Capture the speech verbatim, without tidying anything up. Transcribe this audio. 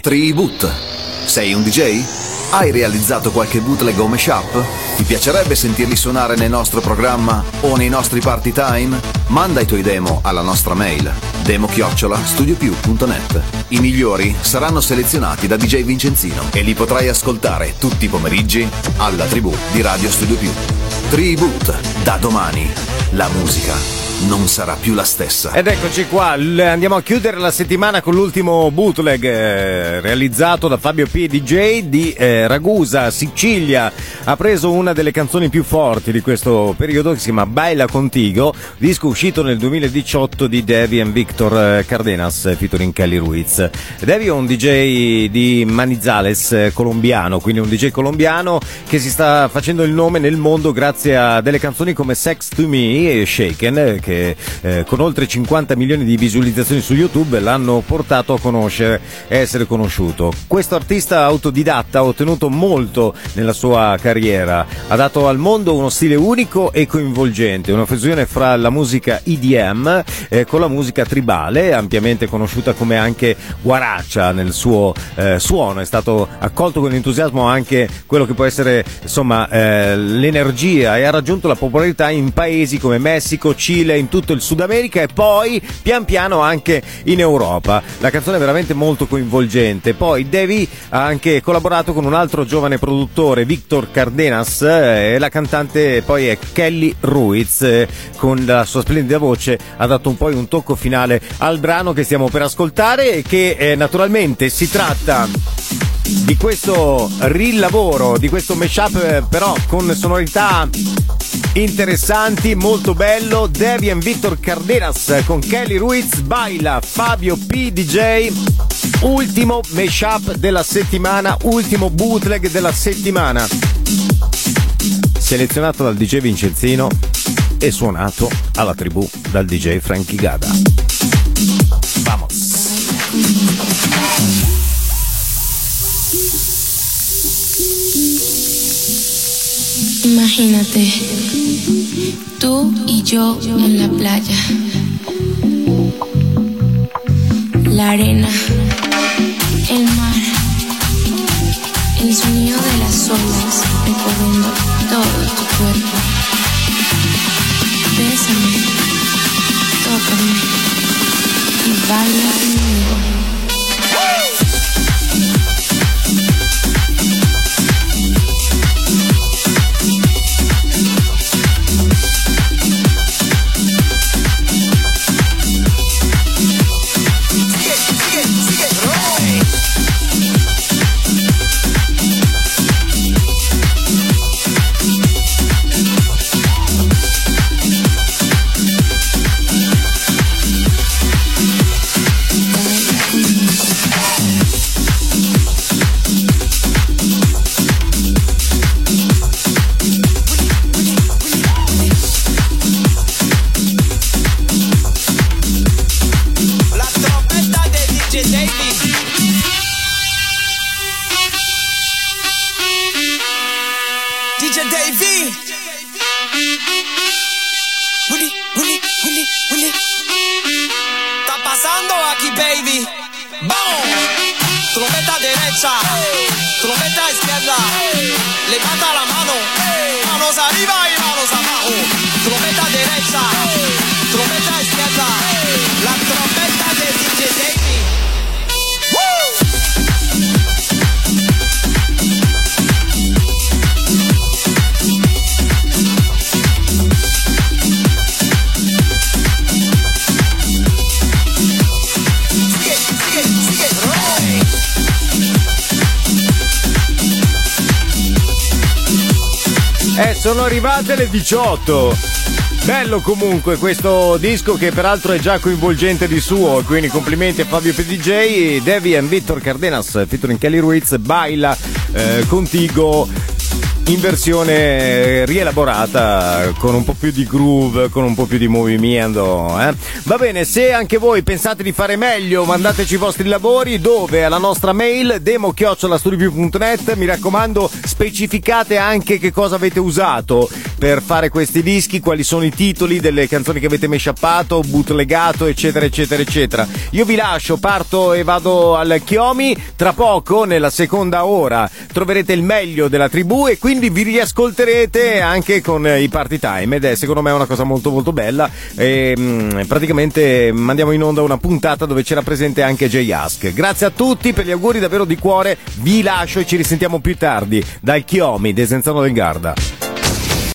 Tribute. Sei un D J? Hai realizzato qualche bootleg o mashup? Ti piacerebbe sentirli suonare nel nostro programma o nei nostri party time? Manda i tuoi demo alla nostra mail demo chiocciola studio più punto net. I migliori saranno selezionati da D J Vincenzino e li potrai ascoltare tutti i pomeriggi alla Tribù di Radio Studio Più. Tribute. Da domani la musica non sarà più la stessa. Ed eccoci qua, l- andiamo a chiudere la settimana con l'ultimo bootleg eh, realizzato da Fabio P. D J di eh, Ragusa, Sicilia. Ha preso una delle canzoni più forti di questo periodo, che si chiama Baila Contigo, disco uscito nel duemiladiciotto di Devi e Victor Cardenas featuring Kelly Ruiz. Devi è un D J di Manizales, eh, colombiano, quindi un D J colombiano che si sta facendo il nome nel mondo grazie a delle canzoni come Sex to Me e Shaken, che che eh, con oltre cinquanta milioni di visualizzazioni su YouTube l'hanno portato a conoscere e essere conosciuto. Questo artista autodidatta ha ottenuto molto nella sua carriera, ha dato al mondo uno stile unico e coinvolgente, una fusione fra la musica E D M eh, con la musica tribale, ampiamente conosciuta come anche guaracha nel suo eh, suono. È stato accolto con entusiasmo anche quello che può essere insomma eh, l'energia, e ha raggiunto la popolarità in paesi come Messico, Cile, in tutto il Sud America e poi pian piano anche in Europa. La canzone è veramente molto coinvolgente. Poi Devi ha anche collaborato con un altro giovane produttore, Victor Cardenas, e la cantante poi è Kelly Ruiz, eh, con la sua splendida voce ha dato un po' un tocco finale al brano che stiamo per ascoltare, e che eh, naturalmente si tratta di questo rilavoro, di questo mashup eh, però con sonorità interessanti, molto bello. Devi e Victor Cardenas con Kelly Ruiz, Baila, Fabio P. D J, ultimo mashup della settimana, ultimo bootleg della settimana, selezionato dal D J Vincenzino e suonato alla Tribù dal D J Frankie Gada. Vamos. Imagínate, tú y yo en la playa, la arena, el mar, el sonido de las olas recorriendo todo tu cuerpo. Bésame, tócame y baila conmigo. Sono arrivate le diciotto. Bello comunque questo disco, che peraltro è già coinvolgente di suo, quindi complimenti a Fabio P. D J. Devi e Victor Cardenas featuring Kelly Ruiz, Baila eh, Contigo, in versione rielaborata, con un po' più di groove, con un po' più di movimento, eh? Va bene, se anche voi pensate di fare meglio, mandateci i vostri lavori, dove? Alla nostra mail demo chiocciola studio più punto net. Mi raccomando, specificate anche che cosa avete usato, per fare questi dischi, quali sono i titoli delle canzoni che avete mashuppato, bootlegato, eccetera eccetera eccetera. Io vi lascio, parto e vado al Chiomi. Tra poco, nella seconda ora, troverete il meglio della tribù e quindi vi riascolterete anche con i Party Time, ed è secondo me una cosa molto molto bella. E, mh, praticamente mandiamo in onda una puntata dove c'era presente anche J-Ask. Grazie a tutti per gli auguri davvero di cuore, vi lascio e ci risentiamo più tardi dal Chiomi, Desenzano del Garda.